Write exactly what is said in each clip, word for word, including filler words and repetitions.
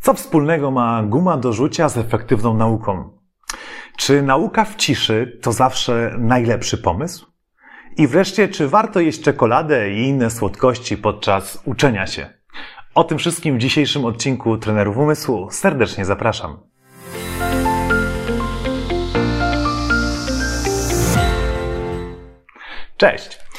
Co wspólnego ma guma do rzucia z efektywną nauką? Czy nauka w ciszy to zawsze najlepszy pomysł? I wreszcie, czy warto jeść czekoladę i inne słodkości podczas uczenia się? O tym wszystkim w dzisiejszym odcinku Trenerów Umysłu serdecznie zapraszam. Cześć!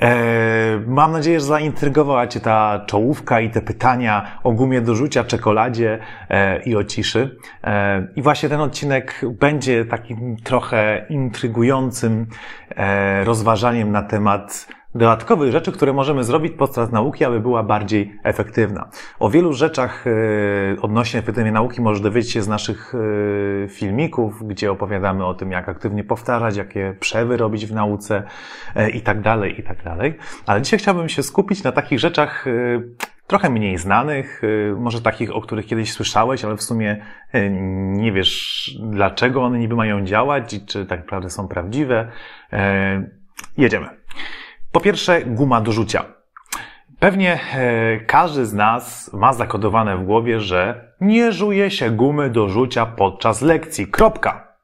Mam nadzieję, że zaintrygowała Cię ta czołówka i te pytania o gumie do rzucia, czekoladzie i o ciszy. I właśnie ten odcinek będzie takim trochę intrygującym rozważaniem na temat dodatkowych rzeczy, które możemy zrobić podczas nauki, aby była bardziej efektywna. O wielu rzeczach odnośnie efektywnej nauki możesz dowiedzieć się z naszych filmików, gdzie opowiadamy o tym, jak aktywnie powtarzać, jakie przewy robić w nauce i tak dalej, i tak dalej. Ale dzisiaj chciałbym się skupić na takich rzeczach trochę mniej znanych, może takich, o których kiedyś słyszałeś, ale w sumie nie wiesz, dlaczego one niby mają działać i czy tak naprawdę są prawdziwe. Jedziemy. Po pierwsze, guma do rzucia. Pewnie e, każdy z nas ma zakodowane w głowie, że nie żuje się gumy do rzucia podczas lekcji. Kropka.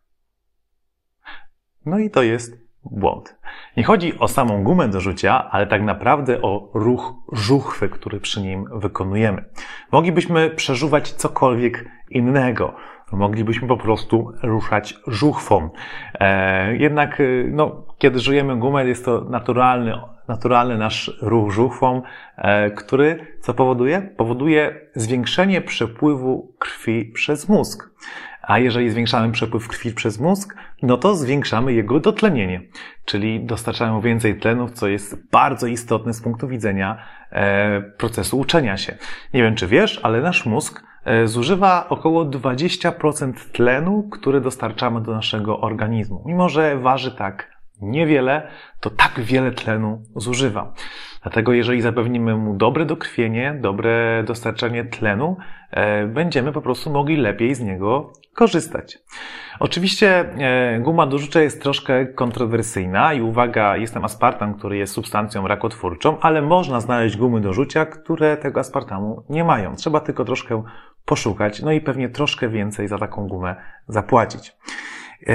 No i to jest błąd. Nie chodzi o samą gumę do rzucia, ale tak naprawdę o ruch żuchwy, który przy nim wykonujemy. Moglibyśmy przeżuwać cokolwiek innego. Moglibyśmy po prostu ruszać żuchwą. E, jednak, no, kiedy żujemy gumę, jest to naturalny, naturalny nasz ruch żuchwą, e, który co powoduje? Powoduje zwiększenie przepływu krwi przez mózg. A jeżeli zwiększamy przepływ krwi przez mózg, no to zwiększamy jego dotlenienie, czyli dostarczamy więcej tlenów, co jest bardzo istotne z punktu widzenia e, procesu uczenia się. Nie wiem, czy wiesz, ale nasz mózg e, zużywa około dwadzieścia procent tlenu, który dostarczamy do naszego organizmu. Mimo że waży tak niewiele, to tak wiele tlenu zużywa. Dlatego jeżeli zapewnimy mu dobre dokrwienie, dobre dostarczenie tlenu, e, będziemy po prostu mogli lepiej z niego korzystać. Oczywiście e, guma do rzucia jest troszkę kontrowersyjna i uwaga, jest tam aspartam, który jest substancją rakotwórczą, ale można znaleźć gumy do rzucia, które tego aspartamu nie mają. Trzeba tylko troszkę poszukać, no i pewnie troszkę więcej za taką gumę zapłacić. E,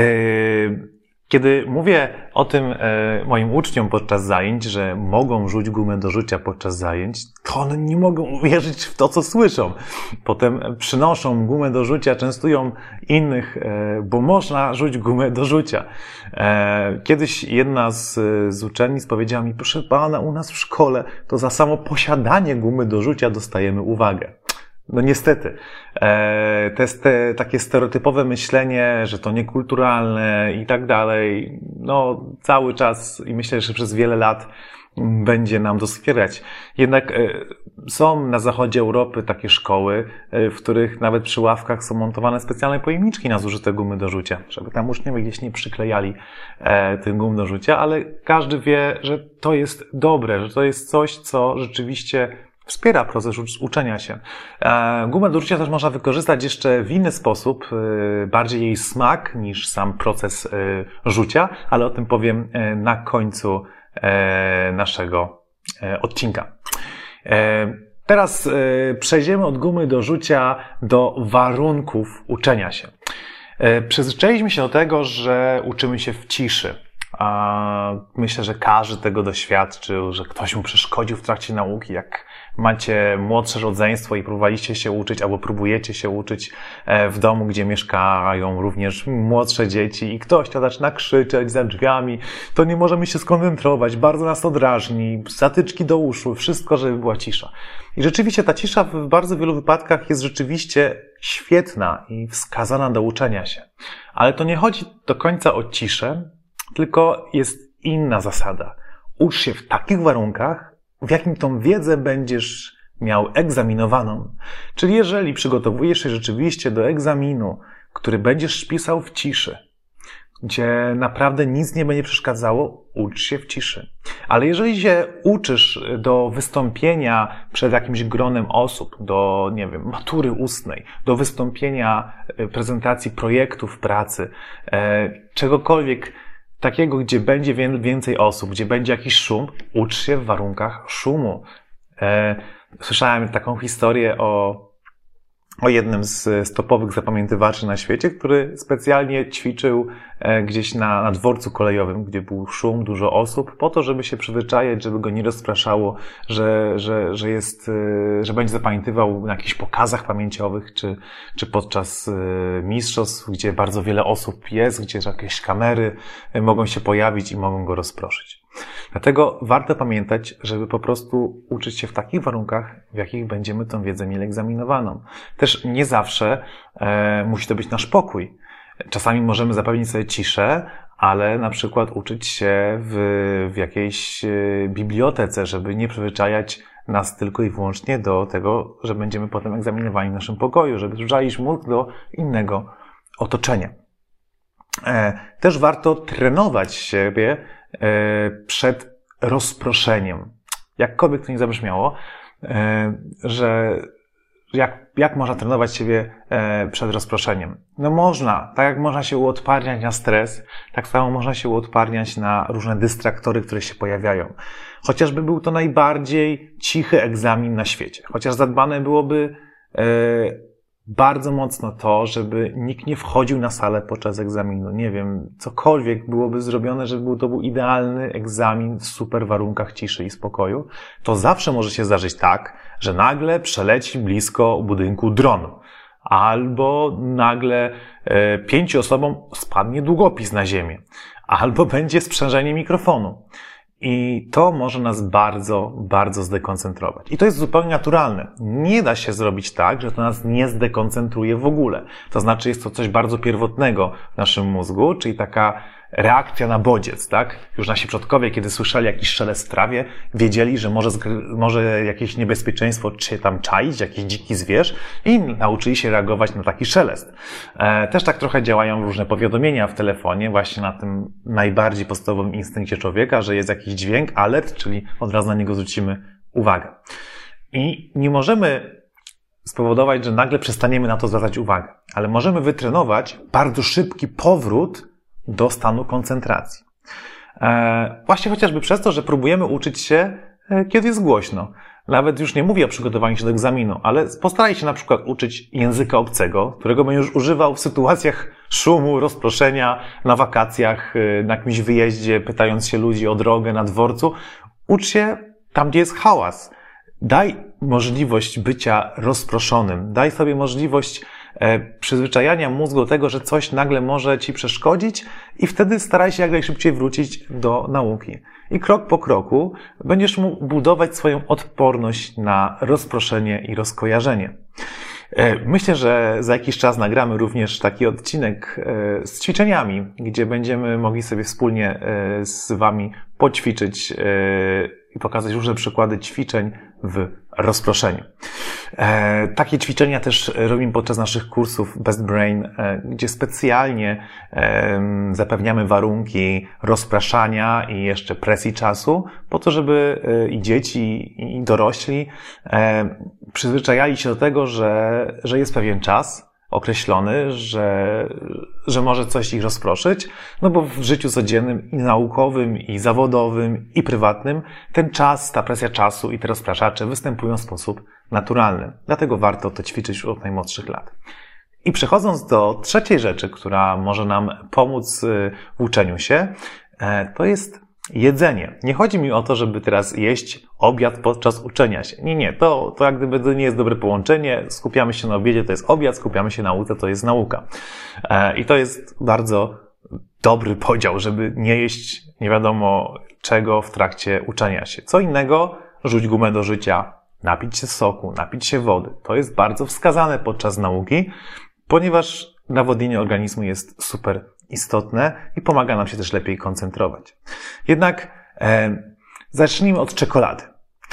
Kiedy mówię o tym e, moim uczniom podczas zajęć, że mogą rzuć gumę do rzucia podczas zajęć, to one nie mogą uwierzyć w to, co słyszą. Potem przynoszą gumę do rzucia, częstują innych, e, bo można rzuć gumę do rzucia. E, kiedyś jedna z, z uczennic powiedziała mi, proszę pana, u nas w szkole to za samo posiadanie gumy do rzucia dostajemy uwagę. No niestety, e, to jest te, takie stereotypowe myślenie, że to niekulturalne i tak dalej, no cały czas i myślę, że przez wiele lat będzie nam doskwierać. Jednak e, są na zachodzie Europy takie szkoły, e, w których nawet przy ławkach są montowane specjalne pojemniczki na zużyte gumy do rzucia, żeby tam uczniowie gdzieś nie przyklejali e, tych gum do rzucia, ale każdy wie, że to jest dobre, że to jest coś, co rzeczywiście wspiera proces uczenia się. Gumę do rzucia też można wykorzystać jeszcze w inny sposób, bardziej jej smak niż sam proces rzucia, ale o tym powiem na końcu naszego odcinka. Teraz przejdziemy od gumy do rzucia do warunków uczenia się. Przyzwyczailiśmy się do tego, że uczymy się w ciszy. Myślę, że każdy tego doświadczył, że ktoś mu przeszkodził w trakcie nauki, jak macie młodsze rodzeństwo i próbowaliście się uczyć albo próbujecie się uczyć w domu, gdzie mieszkają również młodsze dzieci i ktoś to zaczyna krzyczeć za drzwiami, to nie możemy się skoncentrować, bardzo nas to drażni, zatyczki do uszu, wszystko, żeby była cisza. I rzeczywiście ta cisza w bardzo wielu wypadkach jest rzeczywiście świetna i wskazana do uczenia się. Ale to nie chodzi do końca o ciszę, tylko jest inna zasada. Ucz się w takich warunkach, w jakim tą wiedzę będziesz miał egzaminowaną. Czyli jeżeli przygotowujesz się rzeczywiście do egzaminu, który będziesz pisał w ciszy, gdzie naprawdę nic nie będzie przeszkadzało, ucz się w ciszy. Ale jeżeli się uczysz do wystąpienia przed jakimś gronem osób, do, nie wiem, matury ustnej, do wystąpienia, prezentacji projektów pracy, czegokolwiek takiego, gdzie będzie więcej osób, gdzie będzie jakiś szum, ucz się w warunkach szumu. Słyszałem taką historię o o jednym z topowych zapamiętywaczy na świecie, który specjalnie ćwiczył gdzieś na, na dworcu kolejowym, gdzie był szum, dużo osób, po to, żeby się przyzwyczaić, żeby go nie rozpraszało, że, że, że jest, że będzie zapamiętywał na jakichś pokazach pamięciowych, czy, czy podczas mistrzostw, gdzie bardzo wiele osób jest, gdzie jakieś kamery mogą się pojawić i mogą go rozproszyć. Dlatego warto pamiętać, żeby po prostu uczyć się w takich warunkach, w jakich będziemy tą wiedzę mieli egzaminowaną. Też nie zawsze e, musi to być nasz pokój. Czasami możemy zapewnić sobie ciszę, ale na przykład uczyć się w, w jakiejś bibliotece, żeby nie przyzwyczajać nas tylko i wyłącznie do tego, że będziemy potem egzaminowani w naszym pokoju, żeby przyzwyczaić mózg do innego otoczenia. E, też warto trenować siebie przed rozproszeniem. Jakkolwiek to nie zabrzmiało, że jak, jak można trenować siebie przed rozproszeniem? No można, tak jak można się uodparniać na stres, tak samo można się uodparniać na różne dystraktory, które się pojawiają. Chociażby był to najbardziej cichy egzamin na świecie. Chociaż zadbane byłoby bardzo mocno to, żeby nikt nie wchodził na salę podczas egzaminu. Nie wiem, cokolwiek byłoby zrobione, żeby to był idealny egzamin w super warunkach ciszy i spokoju, to zawsze może się zdarzyć tak, że nagle przeleci blisko budynku dron. Albo nagle e, pięciu osobom spadnie długopis na ziemię. Albo będzie sprzężenie mikrofonu. I to może nas bardzo, bardzo zdekoncentrować. I to jest zupełnie naturalne. Nie da się zrobić tak, że to nas nie zdekoncentruje w ogóle. To znaczy jest to coś bardzo pierwotnego w naszym mózgu, czyli taka reakcja na bodziec, tak? Już nasi przodkowie, kiedy słyszeli jakiś szelest w trawie, wiedzieli, że może, może jakieś niebezpieczeństwo się tam czaić, jakiś dziki zwierz i nauczyli się reagować na taki szelest. E, też tak trochę działają różne powiadomienia w telefonie, właśnie na tym najbardziej podstawowym instynkcie człowieka, że jest jakiś dźwięk, alert, czyli od razu na niego zwrócimy uwagę. I nie możemy spowodować, że nagle przestaniemy na to zwracać uwagę, ale możemy wytrenować bardzo szybki powrót do stanu koncentracji. E, właśnie chociażby przez to, że próbujemy uczyć się, e, kiedy jest głośno. Nawet już nie mówię o przygotowaniu się do egzaminu, ale postaraj się na przykład uczyć języka obcego, którego będziesz używał w sytuacjach szumu, rozproszenia, na wakacjach, e, na jakimś wyjeździe, pytając się ludzi o drogę na dworcu. Ucz się tam, gdzie jest hałas. Daj możliwość bycia rozproszonym. Daj sobie możliwość przyzwyczajania mózgu do tego, że coś nagle może ci przeszkodzić i wtedy staraj się jak najszybciej wrócić do nauki. I krok po kroku będziesz mógł budować swoją odporność na rozproszenie i rozkojarzenie. Myślę, że za jakiś czas nagramy również taki odcinek z ćwiczeniami, gdzie będziemy mogli sobie wspólnie z wami poćwiczyć i pokazać różne przykłady ćwiczeń w rozproszeniu. E, takie ćwiczenia też robimy podczas naszych kursów Best Brain, e, gdzie specjalnie e, zapewniamy warunki rozpraszania i jeszcze presji czasu, po to, żeby e, i dzieci, i dorośli e, przyzwyczajali się do tego, że, że jest pewien czas określony, że, że może coś ich rozproszyć, no bo w życiu codziennym i naukowym, i zawodowym, i prywatnym ten czas, ta presja czasu i te rozpraszacze występują w sposób naturalny. Dlatego warto to ćwiczyć już od najmłodszych lat. I przechodząc do trzeciej rzeczy, która może nam pomóc w uczeniu się, to jest jedzenie. Nie chodzi mi o to, żeby teraz jeść obiad podczas uczenia się. Nie, nie, to, to jak gdyby to nie jest dobre połączenie. Skupiamy się na obiedzie, to jest obiad, skupiamy się na nauce, to jest nauka. E, I to jest bardzo dobry podział, żeby nie jeść nie wiadomo czego w trakcie uczenia się. Co innego, rzuć gumę do życia, napić się soku, napić się wody. To jest bardzo wskazane podczas nauki, ponieważ nawodnienie organizmu jest super istotne i pomaga nam się też lepiej koncentrować. Jednak e, zacznijmy od czekolady.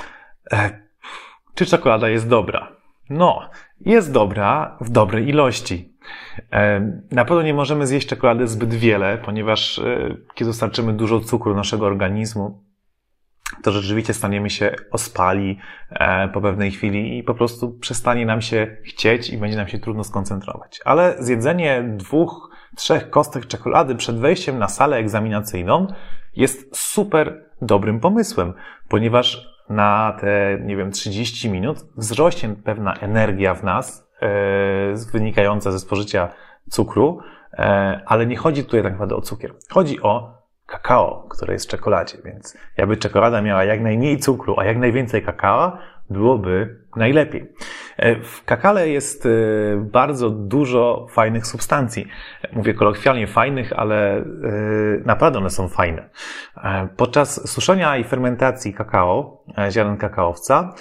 E, czy czekolada jest dobra? No, jest dobra w dobrej ilości. E, na pewno nie możemy zjeść czekolady zbyt wiele, ponieważ e, kiedy dostarczymy dużo cukru do naszego organizmu, to rzeczywiście staniemy się ospali e, po pewnej chwili i po prostu przestanie nam się chcieć i będzie nam się trudno skoncentrować. Ale zjedzenie dwóch, trzech kostek czekolady przed wejściem na salę egzaminacyjną jest super dobrym pomysłem, ponieważ na te, nie wiem, trzydzieści minut wzrośnie pewna energia w nas, wynikające ze spożycia cukru, ale nie chodzi tutaj tak naprawdę o cukier. Chodzi o kakao, które jest w czekoladzie, więc jakby czekolada miała jak najmniej cukru, a jak najwięcej kakao, byłoby najlepiej. W kakale jest bardzo dużo fajnych substancji. Mówię kolokwialnie fajnych, ale naprawdę one są fajne. Podczas suszenia i fermentacji kakao, ziaren kakaowca,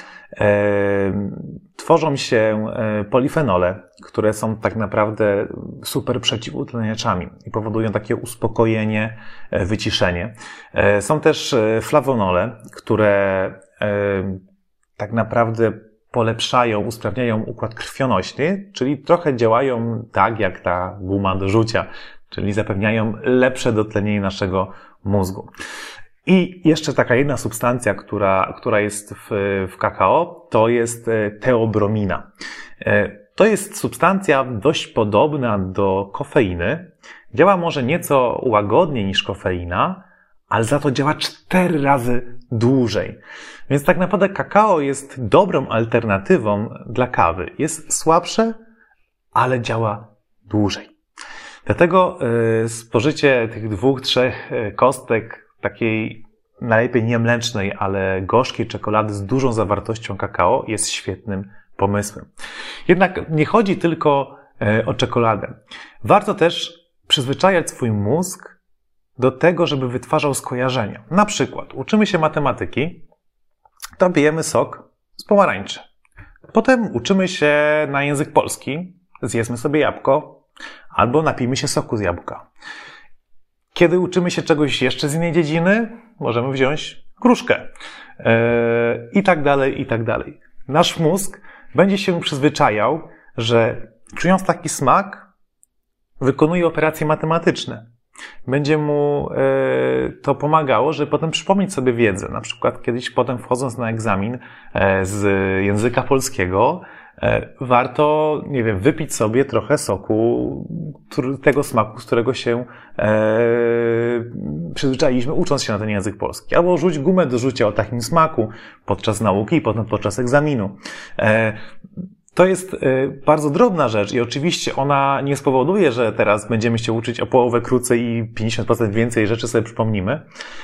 tworzą się polifenole, które są tak naprawdę super przeciwutleniaczami i powodują takie uspokojenie, wyciszenie. Są też flawonole, które tak naprawdę polepszają, usprawniają układ krwionośny, czyli trochę działają tak jak ta guma do rzucia, czyli zapewniają lepsze dotlenienie naszego mózgu. I jeszcze taka jedna substancja, która, która jest w, w kakao, to jest teobromina. To jest substancja dość podobna do kofeiny. Działa może nieco łagodniej niż kofeina, ale za to działa cztery razy dłużej. Więc tak naprawdę kakao jest dobrą alternatywą dla kawy. Jest słabsze, ale działa dłużej. Dlatego spożycie tych dwóch, trzech kostek takiej najlepiej nie mlecznej, ale gorzkiej czekolady z dużą zawartością kakao jest świetnym pomysłem. Jednak nie chodzi tylko o czekoladę. Warto też przyzwyczajać swój mózg do tego, żeby wytwarzał skojarzenia. Na przykład uczymy się matematyki, to pijemy sok z pomarańczy. Potem uczymy się na język polski, zjedzmy sobie jabłko, albo napijmy się soku z jabłka. Kiedy uczymy się czegoś jeszcze z innej dziedziny, możemy wziąć gruszkę. Yy, I tak dalej, i tak dalej. Nasz mózg będzie się przyzwyczajał, że czując taki smak, wykonuje operacje matematyczne. Będzie mu e, to pomagało, żeby potem przypomnieć sobie wiedzę. Na przykład kiedyś potem wchodząc na egzamin e, z języka polskiego, e, warto, nie wiem, wypić sobie trochę soku który, tego smaku, z którego się e, przyzwyczailiśmy, ucząc się na ten język polski. Albo rzuć gumę do rzucia o takim smaku podczas nauki i potem podczas egzaminu. E, To jest bardzo drobna rzecz i oczywiście ona nie spowoduje, że teraz będziemy się uczyć o połowę krócej i pięćdziesiąt procent więcej rzeczy sobie przypomnimy,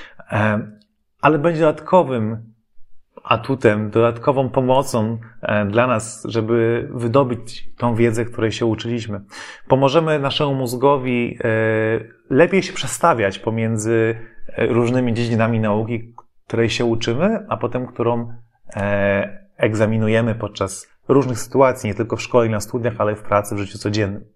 ale będzie dodatkowym atutem, dodatkową pomocą dla nas, żeby wydobyć tą wiedzę, której się uczyliśmy. Pomożemy naszemu mózgowi lepiej się przestawiać pomiędzy różnymi dziedzinami nauki, której się uczymy, a potem którą egzaminujemy podczas różnych sytuacji, nie tylko w szkole i na studiach, ale w pracy, w życiu codziennym.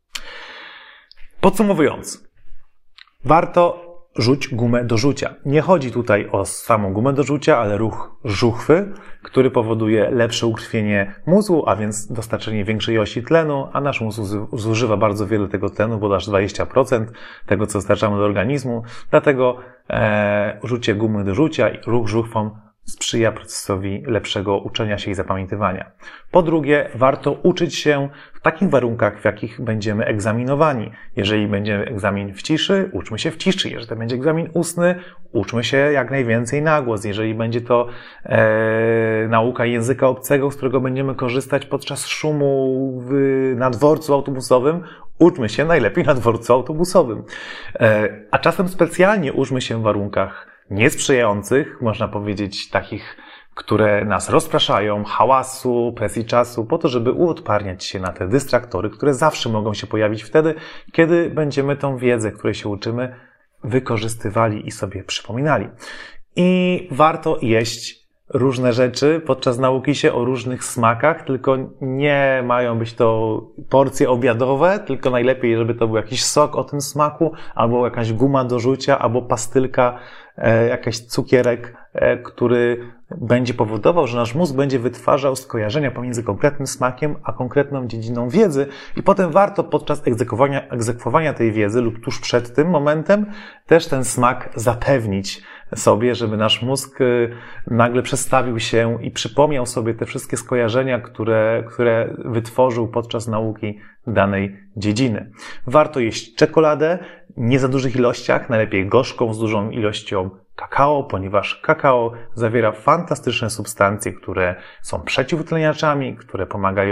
Podsumowując, warto rzuć gumę do rzucia. Nie chodzi tutaj o samą gumę do rzucia, ale ruch żuchwy, który powoduje lepsze ukrwienie mózgu, a więc dostarczenie większej ilości tlenu, a nasz mózg zużywa bardzo wiele tego tlenu, bo aż dwadzieścia procent tego, co dostarczamy do organizmu. Dlatego e, rzucie gumy do rzucia i ruch żuchwą sprzyja procesowi lepszego uczenia się i zapamiętywania. Po drugie, warto uczyć się w takich warunkach, w jakich będziemy egzaminowani. Jeżeli będzie egzamin w ciszy, uczmy się w ciszy. Jeżeli to będzie egzamin ustny, uczmy się jak najwięcej na głos. Jeżeli będzie to e, nauka języka obcego, z którego będziemy korzystać podczas szumu w, na dworcu autobusowym, uczmy się najlepiej na dworcu autobusowym. E, a czasem specjalnie uczmy się w warunkach niesprzyjających, można powiedzieć takich, które nas rozpraszają, hałasu, presji czasu, po to, żeby uodparniać się na te dystraktory, które zawsze mogą się pojawić wtedy, kiedy będziemy tą wiedzę, której się uczymy, wykorzystywali i sobie przypominali. I warto jeść różne rzeczy podczas nauki się o różnych smakach, tylko nie mają być to porcje obiadowe, tylko najlepiej, żeby to był jakiś sok o tym smaku, albo jakaś guma do rzucia, albo pastylka, e, jakaś cukierek, e, który będzie powodował, że nasz mózg będzie wytwarzał skojarzenia pomiędzy konkretnym smakiem a konkretną dziedziną wiedzy i potem warto podczas egzekwowania, egzekwowania tej wiedzy lub tuż przed tym momentem też ten smak zapewnić sobie, żeby nasz mózg nagle przestawił się i przypomniał sobie te wszystkie skojarzenia, które, które wytworzył podczas nauki danej dziedziny. Warto jeść czekoladę, nie za dużych ilościach, najlepiej gorzką z dużą ilością kakao, ponieważ kakao zawiera fantastyczne substancje, które są przeciwutleniaczami, które pomagają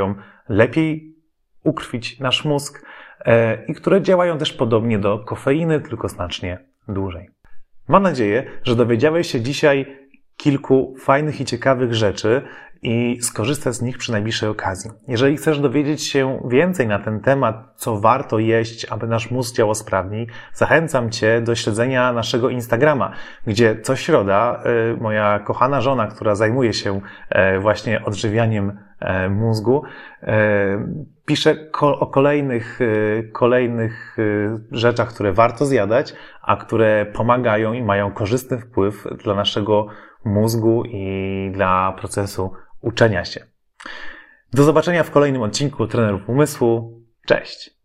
lepiej ukrwić nasz mózg i które działają też podobnie do kofeiny, tylko znacznie dłużej. Mam nadzieję, że dowiedziałeś się dzisiaj kilku fajnych i ciekawych rzeczy i skorzystasz z nich przy najbliższej okazji. Jeżeli chcesz dowiedzieć się więcej na ten temat, co warto jeść, aby nasz mózg działał sprawniej, zachęcam Cię do śledzenia naszego Instagrama, gdzie co środa moja kochana żona, która zajmuje się właśnie odżywianiem mózgu, pisze o kolejnych, kolejnych rzeczach, które warto zjadać, a które pomagają i mają korzystny wpływ dla naszego mózgu i dla procesu uczenia się. Do zobaczenia w kolejnym odcinku Trenerów Umysłu. Cześć!